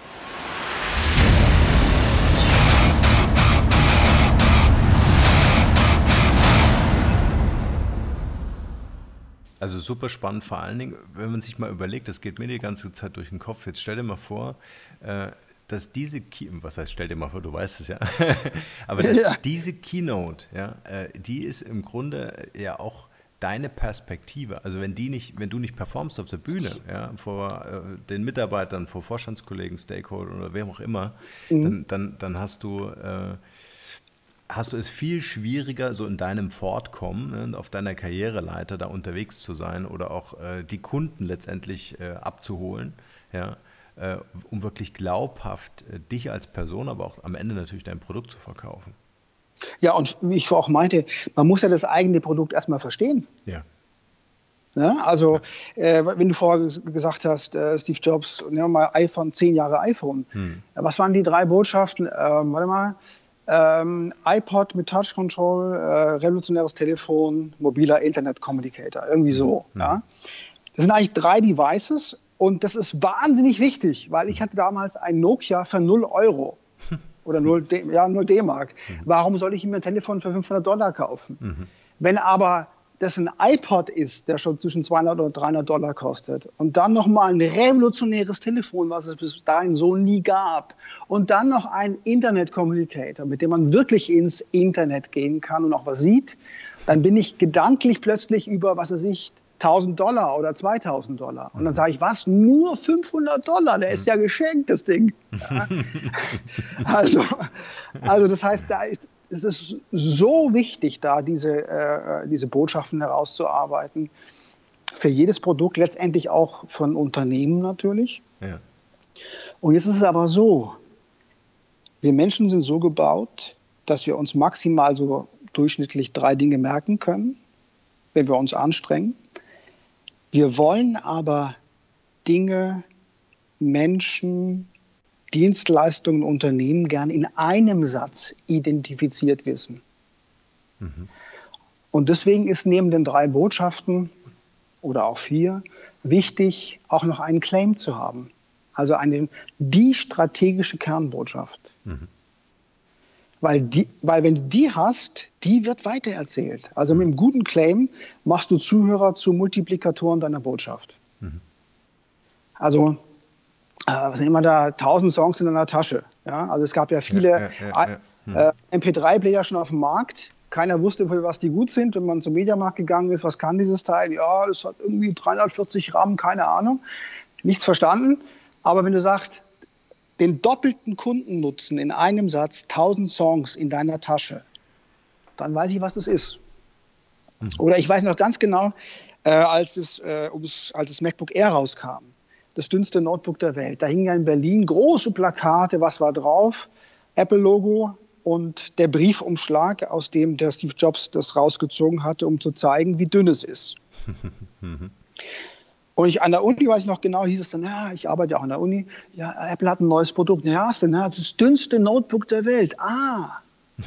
Speaker 2: Also super spannend, vor allen Dingen, wenn man sich mal überlegt, das geht mir die ganze Zeit durch den Kopf. Jetzt stell dir mal vor, dass diese was heißt, stell dir mal vor, du weißt es ja, aber diese Keynote, ja, die ist im Grunde ja auch deine Perspektive. Also wenn du nicht performst auf der Bühne, ja, vor den Mitarbeitern, vor Vorstandskollegen, Stakeholdern oder wem auch immer, dann hast du es viel schwieriger, so in deinem Fortkommen, auf deiner Karriereleiter da unterwegs zu sein oder auch die Kunden letztendlich abzuholen, ja, um wirklich glaubhaft dich als Person, aber auch am Ende natürlich dein Produkt zu verkaufen.
Speaker 3: Ja, und wie ich auch meinte, man muss ja das eigene Produkt erstmal verstehen.
Speaker 2: Ja.
Speaker 3: Ja, also, wenn du vorher gesagt hast, Steve Jobs, nehmen wir mal iPhone, 10 Jahre iPhone. Was waren die 3 Botschaften? Warte mal. iPod mit Touch Control, revolutionäres Telefon, mobiler Internet Communicator. Irgendwie so. Ja. Das sind eigentlich 3 Devices. Und das ist wahnsinnig wichtig, weil ich hatte damals ein Nokia für 0 Euro oder 0 D-Mark. Warum soll ich mir ein Telefon für $500 kaufen? Wenn aber das ein iPod ist, der schon zwischen $200 und $300 kostet und dann nochmal ein revolutionäres Telefon, was es bis dahin so nie gab und dann noch ein Internet-Communicator, mit dem man wirklich ins Internet gehen kann und auch was sieht, dann bin ich gedanklich plötzlich über, was weiß ich, $1.000 oder $2.000. Und dann sage ich, was? Nur $500? Der ist ja geschenkt, das Ding. Ja. Also das heißt, es ist so wichtig, da diese Botschaften herauszuarbeiten. Für jedes Produkt, letztendlich auch von Unternehmen natürlich.
Speaker 2: Ja.
Speaker 3: Und jetzt ist es aber so, wir Menschen sind so gebaut, dass wir uns maximal so durchschnittlich 3 Dinge merken können, wenn wir uns anstrengen. Wir wollen aber Dinge, Menschen, Dienstleistungen, Unternehmen gern in einem Satz identifiziert wissen. Mhm. Und deswegen ist neben den 3 Botschaften oder auch 4 wichtig, auch noch einen Claim zu haben. Also die strategische Kernbotschaft. Mhm. Weil wenn du die hast, die wird weitererzählt. Also mit einem guten Claim machst du Zuhörer zu Multiplikatoren deiner Botschaft. Mhm. Also was sind immer da 1000 Songs in einer Tasche. Ja? Also es gab ja viele MP3-Player schon auf dem Markt. Keiner wusste, für was die gut sind. Wenn man zum Mediamarkt gegangen ist, was kann dieses Teil? Ja, das hat irgendwie 340 RAM, keine Ahnung. Nichts verstanden. Aber wenn du sagst, den doppelten Kundennutzen in einem Satz, 1000 Songs in deiner Tasche, dann weiß ich, was das ist. Mhm. Oder ich weiß noch ganz genau, als das MacBook Air rauskam, das dünnste Notebook der Welt, da hingen ja in Berlin große Plakate, was war drauf? Apple-Logo und der Briefumschlag, aus dem der Steve Jobs das rausgezogen hatte, um zu zeigen, wie dünn es ist. Und an der Uni, weiß ich noch genau, hieß es dann, ja, ich arbeite ja auch an der Uni, ja, Apple hat ein neues Produkt. Ja, ist denn, das dünnste Notebook der Welt. Ah.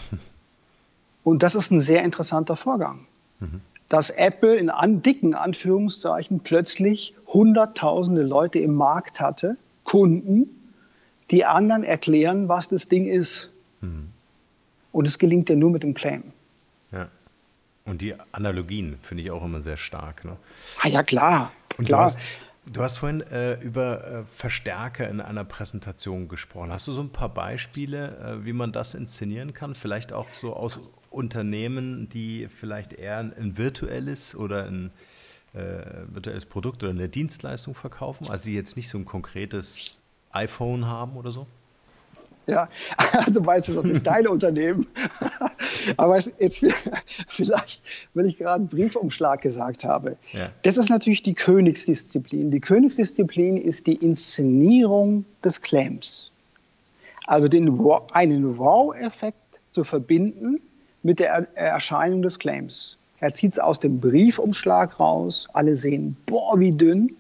Speaker 3: Und das ist ein sehr interessanter Vorgang. Mhm. Dass Apple in dicken Anführungszeichen plötzlich hunderttausende Leute im Markt hatte, Kunden, die anderen erklären, was das Ding ist. Mhm. Und es gelingt ja nur mit dem Claim.
Speaker 2: Ja. Und die Analogien finde ich auch immer sehr stark. Ne?
Speaker 3: Ah ja, klar.
Speaker 2: Und
Speaker 3: klar.
Speaker 2: Du hast vorhin über Verstärker in einer Präsentation gesprochen. Hast du so ein paar Beispiele, wie man das inszenieren kann? Vielleicht auch so aus Unternehmen, die vielleicht eher ein virtuelles oder ein virtuelles Produkt oder eine Dienstleistung verkaufen, also die jetzt nicht so ein konkretes iPhone haben oder so?
Speaker 3: Ja, also weißt du, das sind nicht deine Unternehmen. Aber jetzt vielleicht, wenn ich gerade einen Briefumschlag gesagt habe, ja. Das ist natürlich die Königsdisziplin. Die Königsdisziplin ist die Inszenierung des Claims. Also einen Wow-Effekt zu verbinden mit der Erscheinung des Claims. Er zieht es aus dem Briefumschlag raus, alle sehen, boah, wie dünn.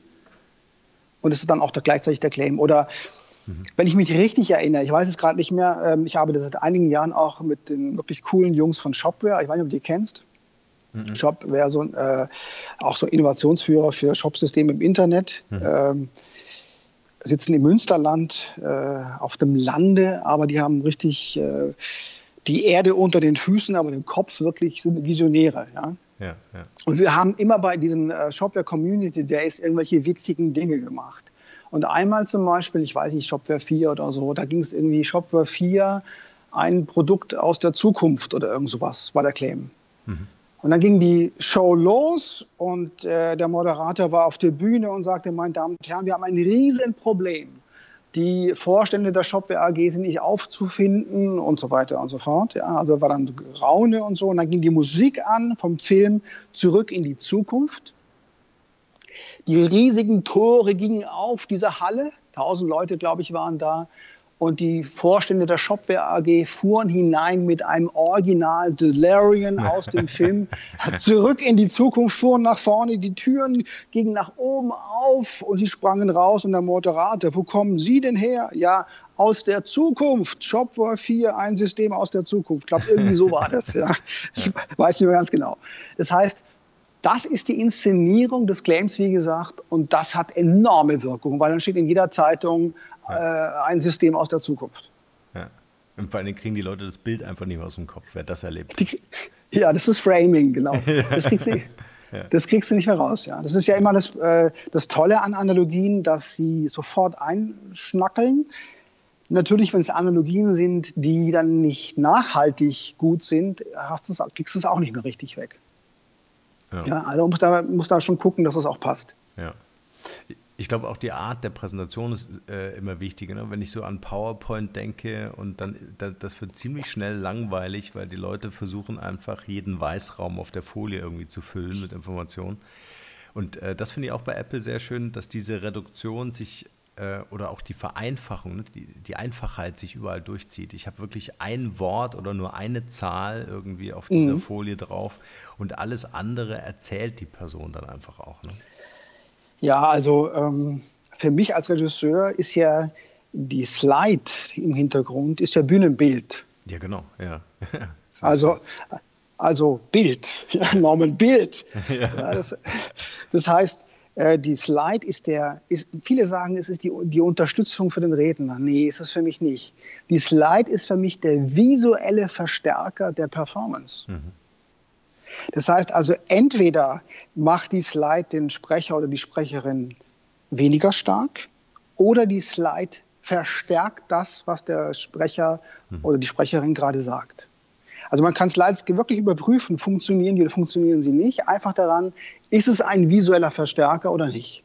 Speaker 3: Und es ist dann auch gleichzeitig der Claim. Oder wenn ich mich richtig erinnere, ich weiß es gerade nicht mehr, ich arbeite seit einigen Jahren auch mit den wirklich coolen Jungs von Shopware. Ich weiß nicht, ob du die kennst. Mhm. Shopware, auch so Innovationsführer für Shopsysteme im Internet. Sitzen im Münsterland, auf dem Lande, aber die haben richtig die Erde unter den Füßen, aber den Kopf wirklich sind Visionäre. Ja? Ja. Und wir haben immer bei diesen Shopware Community Days irgendwelche witzigen Dinge gemacht. Und einmal zum Beispiel, ich weiß nicht, Shopware 4 oder so, da ging es irgendwie Shopware 4, ein Produkt aus der Zukunft oder irgend sowas, war der Claim. Mhm. Und dann ging die Show los und der Moderator war auf der Bühne und sagte, meine Damen und Herren, wir haben ein Riesenproblem. Die Vorstände der Shopware AG sind nicht aufzufinden und so weiter und so fort. Ja, also war dann Raune und so. Und dann ging die Musik an vom Film Zurück in die Zukunft. Die riesigen Tore gingen auf, diese Halle, 1000 Leute, glaube ich, waren da. Und die Vorstände der Shopware AG fuhren hinein mit einem Original DeLorean aus dem Film. Zurück in die Zukunft, fuhren nach vorne, die Türen gingen nach oben auf und sie sprangen raus. Und der Moderator, wo kommen Sie denn her? Ja, aus der Zukunft. Shopware 4, ein System aus der Zukunft. Ich glaube, irgendwie so war das. Ja. Ich weiß nicht mehr ganz genau. Das heißt, das ist die Inszenierung des Claims, wie gesagt, und das hat enorme Wirkung, weil dann steht in jeder Zeitung ein System aus der Zukunft.
Speaker 2: Ja. Und vor allem kriegen die Leute das Bild einfach nicht mehr aus dem Kopf, wer das erlebt.
Speaker 3: Ja, das ist Framing, genau. Das kriegst du nicht mehr raus. Ja. Das ist ja immer das Tolle an Analogien, dass sie sofort einschnackeln. Natürlich, wenn es Analogien sind, die dann nicht nachhaltig gut sind, kriegst du es auch nicht mehr richtig weg. Ja, also man muss da schon gucken, dass es auch passt.
Speaker 2: Ja. Ich glaube, auch die Art der Präsentation ist immer wichtiger. Ne? Wenn ich so an PowerPoint denke und dann, das wird ziemlich schnell langweilig, weil die Leute versuchen einfach jeden Weißraum auf der Folie irgendwie zu füllen mit Informationen. Und das finde ich auch bei Apple sehr schön, dass diese Reduktion sich oder auch die Vereinfachung, ne? Die Einfachheit sich überall durchzieht. Ich habe wirklich ein Wort oder nur eine Zahl irgendwie auf dieser Folie drauf und alles andere erzählt die Person dann einfach auch. Ne?
Speaker 3: Ja, also für mich als Regisseur ist ja die Slide im Hintergrund, ist ja Bühnenbild.
Speaker 2: Ja, genau, ja.
Speaker 3: Also Bild, ja, Norman Bild. Ja. Ja, das heißt, die Slide viele sagen, es ist die Unterstützung für den Redner. Nee, ist es für mich nicht. Die Slide ist für mich der visuelle Verstärker der Performance. Das heißt also, entweder macht die Slide den Sprecher oder die Sprecherin weniger stark oder die Slide verstärkt das, was der Sprecher oder die Sprecherin gerade sagt. Also man kann Slides wirklich überprüfen, funktionieren die oder funktionieren sie nicht. Einfach daran, ist es ein visueller Verstärker oder nicht.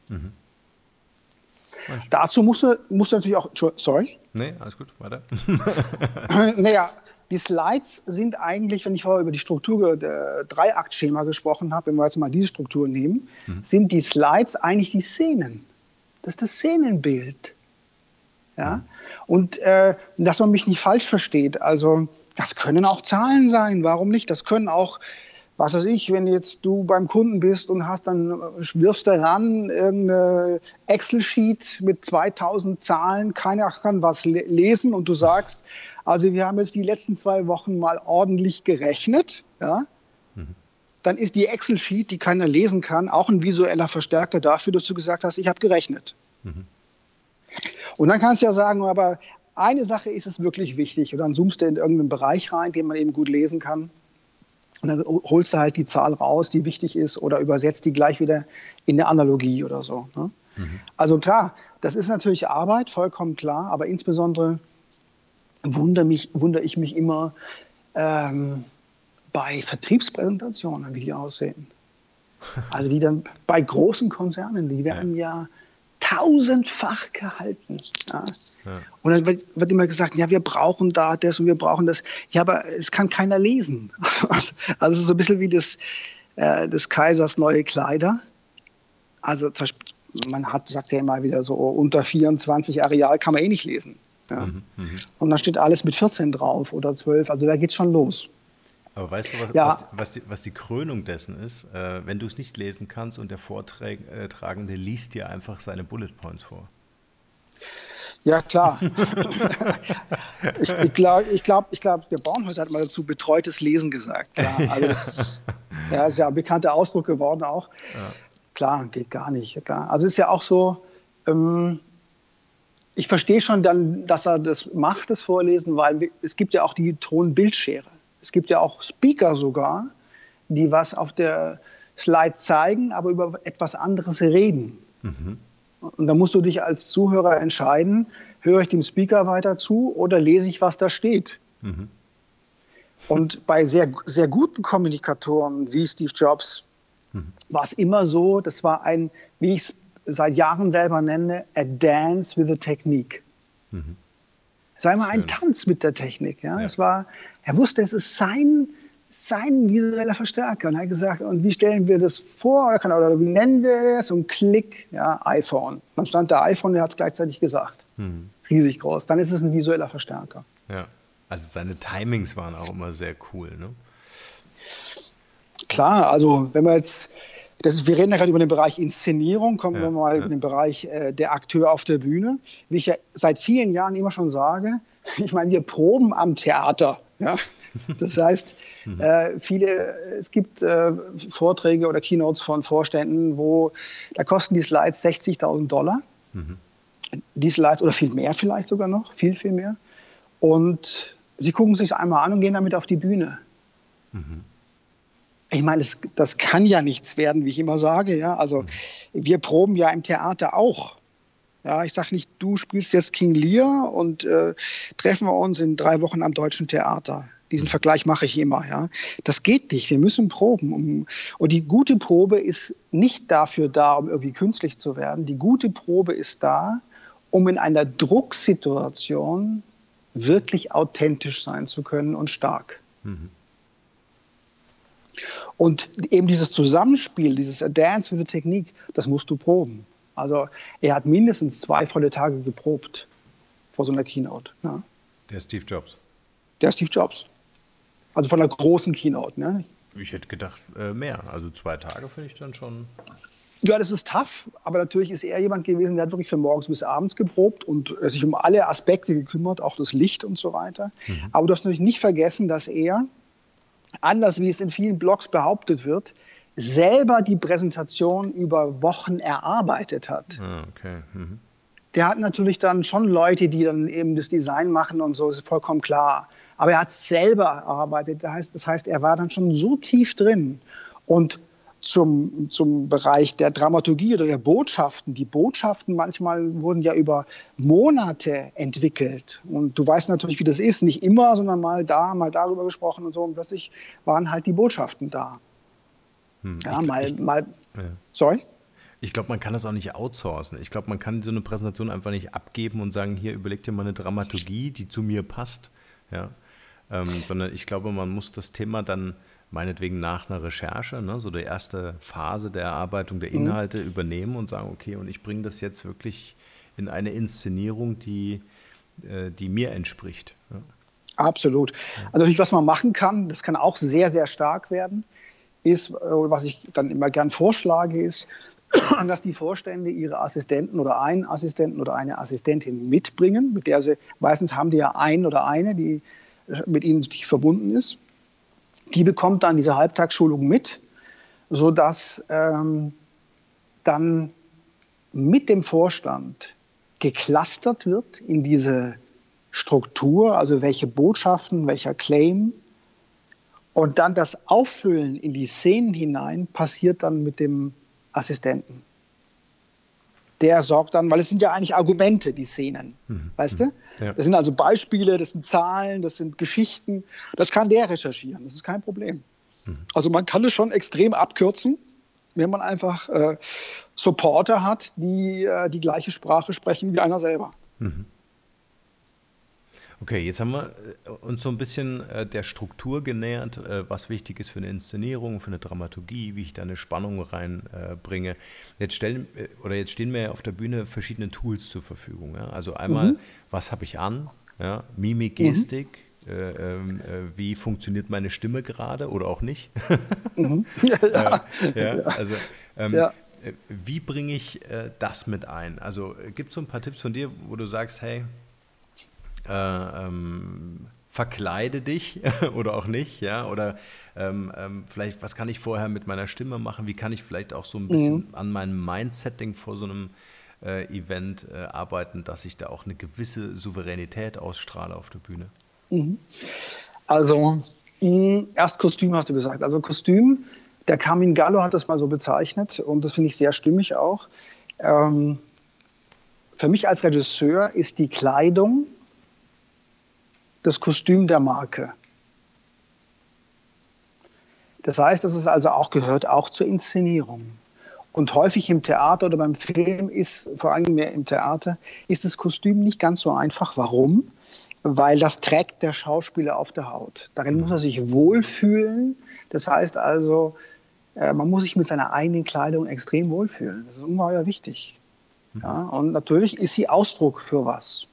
Speaker 3: Dazu musst du natürlich auch... Sorry?
Speaker 2: Nee, alles gut, weiter.
Speaker 3: Naja, die Slides sind eigentlich, wenn ich vorher über die Struktur der Dreiaktschema gesprochen habe, wenn wir jetzt mal diese Struktur nehmen, sind die Slides eigentlich die Szenen. Das ist das Szenenbild. Ja? Und dass man mich nicht falsch versteht, also das können auch Zahlen sein, warum nicht? Das können auch, was weiß ich, wenn jetzt du beim Kunden bist und hast dann wirfst du ran irgendeine Excel-Sheet mit 2000 Zahlen, keiner kann was lesen und du sagst, also wir haben jetzt die letzten 2 Wochen mal ordentlich gerechnet, ja? Dann ist die Excel-Sheet, die keiner lesen kann, auch ein visueller Verstärker dafür, dass du gesagt hast, ich habe gerechnet. Und dann kannst du ja sagen, aber eine Sache ist es wirklich wichtig und dann zoomst du in irgendeinen Bereich rein, den man eben gut lesen kann und dann holst du halt die Zahl raus, die wichtig ist oder übersetzt die gleich wieder in eine Analogie oder so. Ne? Also klar, das ist natürlich Arbeit, vollkommen klar, aber insbesondere wundere ich mich immer bei Vertriebspräsentationen, wie die aussehen. Also die dann bei großen Konzernen, die werden ja 1000-fach gehalten. Ja. Ja. Und dann wird immer gesagt, ja, wir brauchen da das und wir brauchen das. Ja, aber es kann keiner lesen. Also so ein bisschen wie des Kaisers neue Kleider. Also zum Beispiel, sagt ja immer wieder so, unter 24 Areal kann man eh nicht lesen. Ja. Und dann steht alles mit 14 drauf oder 12. Also da geht's schon los.
Speaker 2: Aber weißt du, was die Krönung dessen ist? Wenn du es nicht lesen kannst und der Vortragende liest dir einfach seine Bullet Points vor.
Speaker 3: Ja, klar. ich glaube, der Bornhöser hat mal dazu betreutes Lesen gesagt. Ja, also das ist ja ein bekannter Ausdruck geworden auch. Ja. Klar, geht gar nicht. Klar. Also es ist ja auch so, ich verstehe schon dann, dass er das macht, das Vorlesen, weil es gibt ja auch die Ton-Bildschere. Es gibt ja auch Speaker sogar, die was auf der Slide zeigen, aber über etwas anderes reden. Und da musst du dich als Zuhörer entscheiden, höre ich dem Speaker weiter zu oder lese ich, was da steht. Und bei sehr, sehr guten Kommunikatoren wie Steve Jobs war es immer so, das war ein, wie ich es seit Jahren selber nenne, a dance with a technique. Es war immer ein Tanz mit der Technik. Ja? Er wusste, es ist sein visueller Verstärker. Und er hat gesagt, und wie stellen wir das vor? Oder wie nennen wir das? Und Klick, ja, iPhone. Dann stand der iPhone, der hat es gleichzeitig gesagt. Riesig groß. Dann ist es ein visueller Verstärker. Ja,
Speaker 2: also seine Timings waren auch immer sehr cool, ne?
Speaker 3: Klar, also wenn wir jetzt, wir reden ja gerade über den Bereich Inszenierung, kommen wir mal in den Bereich der Akteur auf der Bühne. Wie ich ja seit vielen Jahren immer schon sage, ich meine, wir proben am Theater. Ja? Das heißt, es gibt Vorträge oder Keynotes von Vorständen, da kosten die Slides $60.000. Die Slides, oder viel mehr vielleicht sogar noch, viel mehr. Und sie gucken es sich einmal an und gehen damit auf die Bühne. Ich meine, das kann ja nichts werden, wie ich immer sage. Ja? Also wir proben ja im Theater auch. Ja, ich sage nicht, du spielst jetzt King Lear und treffen wir uns in 3 Wochen am Deutschen Theater. Diesen Vergleich mache ich immer. Ja. Das geht nicht. Wir müssen proben. Und die gute Probe ist nicht dafür da, um irgendwie künstlich zu werden. Die gute Probe ist da, um in einer Drucksituation wirklich authentisch sein zu können und stark. Mhm. Und eben dieses Zusammenspiel, dieses A Dance with the Technique, das musst du proben. Also er hat mindestens 2 volle Tage geprobt vor so einer Keynote. Ja.
Speaker 2: Der Steve Jobs.
Speaker 3: Der Steve Jobs. Also von einer großen Keynote. Ne?
Speaker 2: Ich hätte gedacht mehr. Also 2 Tage finde ich dann schon...
Speaker 3: Ja, das ist tough, aber natürlich ist er jemand gewesen, der hat wirklich von morgens bis abends geprobt und sich um alle Aspekte gekümmert, auch das Licht und so weiter. Mhm. Aber du darfst natürlich nicht vergessen, dass er, anders wie es in vielen Blogs behauptet wird, selber die Präsentation über Wochen erarbeitet hat.
Speaker 2: Okay. Mhm.
Speaker 3: Der hat natürlich dann schon Leute, die dann eben das Design machen und so, ist vollkommen klar. Aber er hat es selber erarbeitet. Das heißt, er war dann schon so tief drin. Und zum Bereich der Dramaturgie oder der Botschaften. Die Botschaften manchmal wurden ja über Monate entwickelt. Und du weißt natürlich, wie das ist. Nicht immer, sondern mal da, mal darüber gesprochen und so. Und plötzlich waren halt die Botschaften da. Sorry?
Speaker 2: Ich glaube, man kann das auch nicht outsourcen. Ich glaube, man kann so eine Präsentation einfach nicht abgeben und sagen, hier, überleg dir mal eine Dramaturgie, die zu mir passt. Ja? Sondern ich glaube, man muss das Thema dann meinetwegen nach einer Recherche, ne, so die erste Phase der Erarbeitung der Inhalte übernehmen und sagen, okay, und ich bringe das jetzt wirklich in eine Inszenierung, die mir entspricht. Ja.
Speaker 3: Absolut. Also natürlich, was man machen kann, das kann auch sehr, sehr stark werden, ist, was ich dann immer gern vorschlage, ist, dass die Vorstände ihre Assistenten oder einen Assistenten oder eine Assistentin mitbringen, mit der sie, meistens haben die ja einen oder eine, die mit ihnen verbunden ist. Die bekommt dann diese Halbtagsschulung mit, sodass dann mit dem Vorstand geclustert wird in diese Struktur, also welche Botschaften, welcher Claim. Und dann das Auffüllen in die Szenen hinein passiert dann mit dem Assistenten. Der sorgt dann, weil es sind ja eigentlich Argumente, die Szenen, weißt du? Ja. Das sind also Beispiele, das sind Zahlen, das sind Geschichten. Das kann der recherchieren, das ist kein Problem. Also man kann es schon extrem abkürzen, wenn man einfach Supporter hat, die die gleiche Sprache sprechen wie einer selber.
Speaker 2: Okay, jetzt haben wir uns so ein bisschen der Struktur genähert, was wichtig ist für eine Inszenierung, für eine Dramaturgie, wie ich da eine Spannung reinbringe. Jetzt stehen mir auf der Bühne verschiedene Tools zur Verfügung. Ja? Also einmal, was habe ich an? Ja? Mimik, Gestik, wie funktioniert meine Stimme gerade oder auch nicht? Wie bringe ich das mit ein? Also gibt es so ein paar Tipps von dir, wo du sagst, hey, verkleide dich oder auch nicht, ja, oder vielleicht, was kann ich vorher mit meiner Stimme machen, wie kann ich vielleicht auch so ein bisschen an meinem Mindsetting vor so einem Event arbeiten, dass ich da auch eine gewisse Souveränität ausstrahle auf der Bühne.
Speaker 3: Also, erst Kostüm hast du gesagt, also Kostüm, der Carmine Gallo hat das mal so bezeichnet und das finde ich sehr stimmig auch. Für mich als Regisseur ist die Kleidung das Kostüm der Marke. Das heißt, dass es also auch gehört auch zur Inszenierung. Und häufig im Theater oder beim Film ist, vor allem mehr im Theater, ist das Kostüm nicht ganz so einfach. Warum? Weil das trägt der Schauspieler auf der Haut. Darin muss er sich wohlfühlen. Das heißt also, man muss sich mit seiner eigenen Kleidung extrem wohlfühlen. Das ist ungeheuer wichtig. Ja, und natürlich ist sie Ausdruck für was.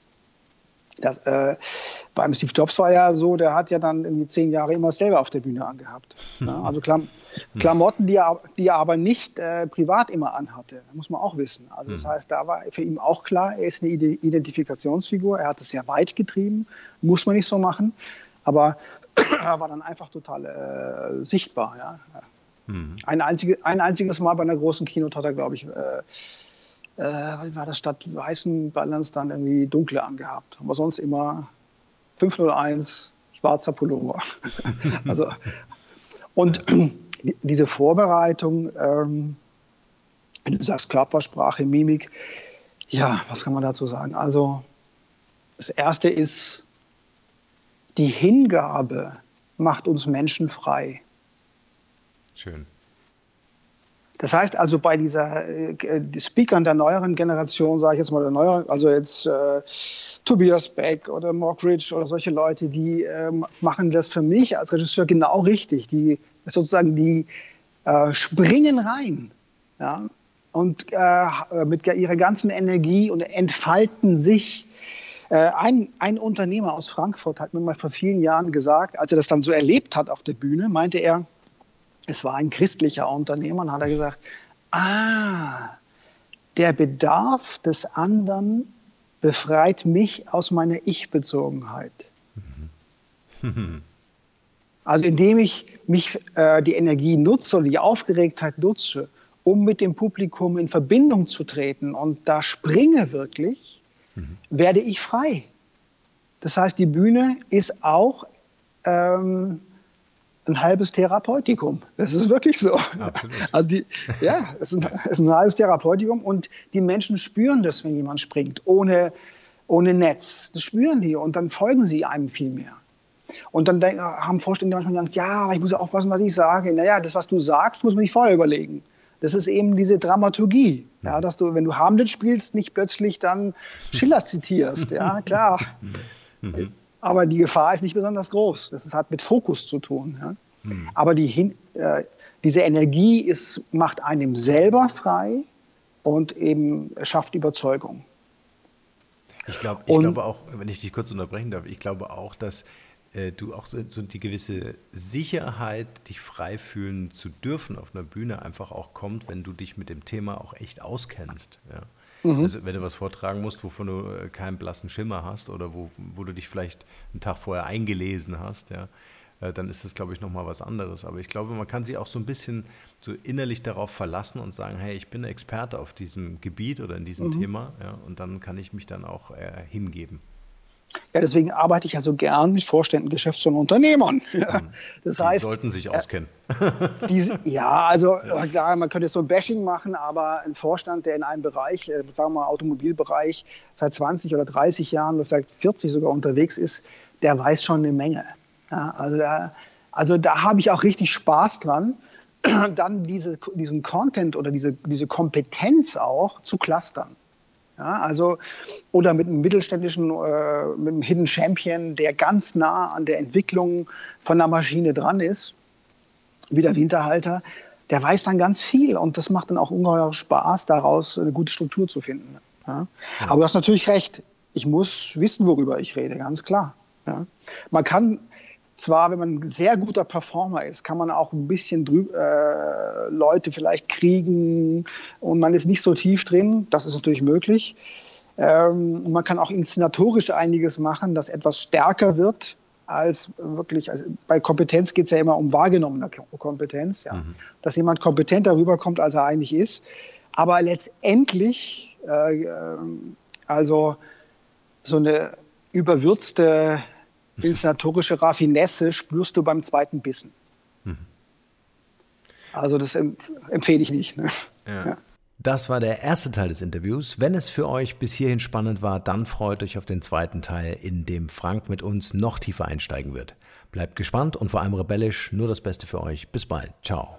Speaker 3: Beim Steve Jobs war ja so, der hat ja dann irgendwie 10 Jahre immer selber auf der Bühne angehabt. Ja, also Klamotten, die er aber nicht privat immer anhatte. Das muss man auch wissen. Also das heißt, da war für ihn auch klar, er ist eine Identifikationsfigur. Er hat es sehr weit getrieben, muss man nicht so machen. Aber er war dann einfach total sichtbar. Ja. Ein einziges Mal bei einer großen Keynote hat er, glaube ich, war das statt weißen Balance dann irgendwie dunkle angehabt. Aber sonst immer 501, schwarzer Pullover. Also, und diese Vorbereitung, wenn du sagst Körpersprache, Mimik, ja, was kann man dazu sagen? Also das Erste ist die Hingabe macht uns Menschen frei.
Speaker 2: Schön.
Speaker 3: Das heißt also bei dieser Speakern der neueren Generation, sage ich jetzt mal, also jetzt Tobias Beck oder Mockridge oder solche Leute, die machen das für mich als Regisseur genau richtig. Die springen rein, ja, und mit ihrer ganzen Energie und entfalten sich. Ein Unternehmer aus Frankfurt hat mir mal vor vielen Jahren gesagt, als er das dann so erlebt hat auf der Bühne, meinte er, es war ein christlicher Unternehmer, und hat er gesagt, der Bedarf des anderen befreit mich aus meiner Ich-Bezogenheit. Also indem ich die Energie nutze oder die Aufgeregtheit nutze, um mit dem Publikum in Verbindung zu treten und da springe wirklich, werde ich frei. Das heißt, die Bühne ist auch ein halbes Therapeutikum. Das ist wirklich so. Absolut. Also es ist ein halbes Therapeutikum und die Menschen spüren das, wenn jemand springt, ohne Netz. Das spüren die und dann folgen sie einem viel mehr. Und dann haben Vorstände manchmal gesagt, ja, aber ich muss ja aufpassen, was ich sage. Naja, das, was du sagst, muss man sich vorher überlegen. Das ist eben diese Dramaturgie, ja, dass du, wenn du Hamlet spielst, nicht plötzlich dann Schiller zitierst. Ja, klar. Aber die Gefahr ist nicht besonders groß. Das hat mit Fokus zu tun. Ja. Aber diese Energie macht einem selber frei und eben schafft Überzeugung.
Speaker 2: Ich glaube auch, wenn ich dich kurz unterbrechen darf, ich glaube auch, dass du auch so die gewisse Sicherheit, dich frei fühlen zu dürfen auf einer Bühne einfach auch kommt, wenn du dich mit dem Thema auch echt auskennst. Ja. Also wenn du was vortragen musst, wovon du keinen blassen Schimmer hast oder wo du dich vielleicht einen Tag vorher eingelesen hast, ja, dann ist das, glaube ich, nochmal was anderes. Aber ich glaube, man kann sich auch so ein bisschen so innerlich darauf verlassen und sagen, hey, ich bin Experte auf diesem Gebiet oder in diesem Thema, ja, und dann kann ich mich dann auch hingeben.
Speaker 3: Ja, deswegen arbeite ich ja so gern mit Vorständen, Geschäftsführern und Unternehmern. Ja. Das heißt,
Speaker 2: die sollten sich auskennen.
Speaker 3: Klar, man könnte jetzt so ein Bashing machen, aber ein Vorstand, der in einem Bereich, sagen wir mal Automobilbereich, seit 20 oder 30 Jahren oder vielleicht 40 sogar unterwegs ist, der weiß schon eine Menge. Ja, also da habe ich auch richtig Spaß dran, dann diesen Content oder diese Kompetenz auch zu clustern. Ja, also, oder mit einem mittelständischen, mit einem Hidden Champion, der ganz nah an der Entwicklung von einer Maschine dran ist, wie der Winterhalter, der weiß dann ganz viel und das macht dann auch ungeheuer Spaß, daraus eine gute Struktur zu finden. Ja? Ja. Aber du hast natürlich recht, ich muss wissen, worüber ich rede, ganz klar. Ja? Man kann zwar, wenn man ein sehr guter Performer ist, kann man auch ein bisschen Leute vielleicht kriegen und man ist nicht so tief drin. Das ist natürlich möglich. Man kann auch inszenatorisch einiges machen, dass etwas stärker wird als wirklich. Also bei Kompetenz geht es ja immer um wahrgenommene Kompetenz. Ja. Dass jemand kompetenter rüberkommt, als er eigentlich ist. Aber letztendlich, also so eine überwürzte inszenatorische Raffinesse spürst du beim zweiten Bissen. Also das empfehle ich nicht. Ne?
Speaker 2: Ja. Das war der erste Teil des Interviews. Wenn es für euch bis hierhin spannend war, dann freut euch auf den zweiten Teil, in dem Frank mit uns noch tiefer einsteigen wird. Bleibt gespannt und vor allem rebellisch. Nur das Beste für euch. Bis bald. Ciao.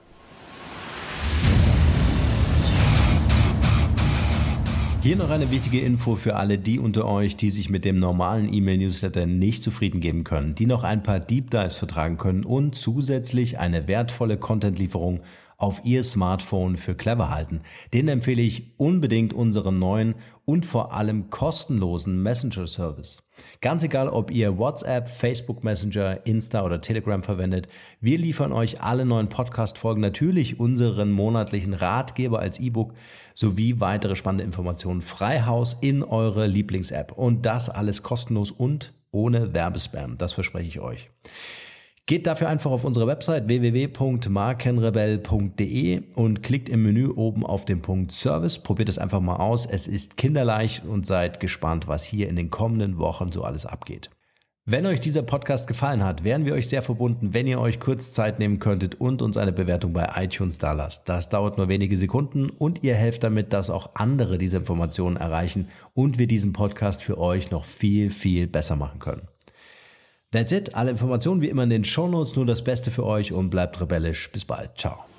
Speaker 2: Hier noch eine wichtige Info für alle die unter euch, die sich mit dem normalen E-Mail-Newsletter nicht zufrieden geben können, die noch ein paar Deep Dives vertragen können und zusätzlich eine wertvolle Content-Lieferung auf ihr Smartphone für clever halten. Denen empfehle ich unbedingt unseren neuen und vor allem kostenlosen Messenger-Service. Ganz egal, ob ihr WhatsApp, Facebook Messenger, Insta oder Telegram verwendet, wir liefern euch alle neuen Podcast-Folgen, natürlich unseren monatlichen Ratgeber als E-Book sowie weitere spannende Informationen frei Haus in eure Lieblings-App. Und das alles kostenlos und ohne Werbespam, das verspreche ich euch. Geht dafür einfach auf unsere Website www.markenrebell.de und klickt im Menü oben auf den Punkt Service. Probiert es einfach mal aus. Es ist kinderleicht und seid gespannt, was hier in den kommenden Wochen so alles abgeht. Wenn euch dieser Podcast gefallen hat, wären wir euch sehr verbunden, wenn ihr euch kurz Zeit nehmen könntet und uns eine Bewertung bei iTunes dalasst. Das dauert nur wenige Sekunden und ihr helft damit, dass auch andere diese Informationen erreichen und wir diesen Podcast für euch noch viel, viel besser machen können. That's it. Alle Informationen wie immer in den Shownotes. Nur das Beste für euch und bleibt rebellisch. Bis bald. Ciao.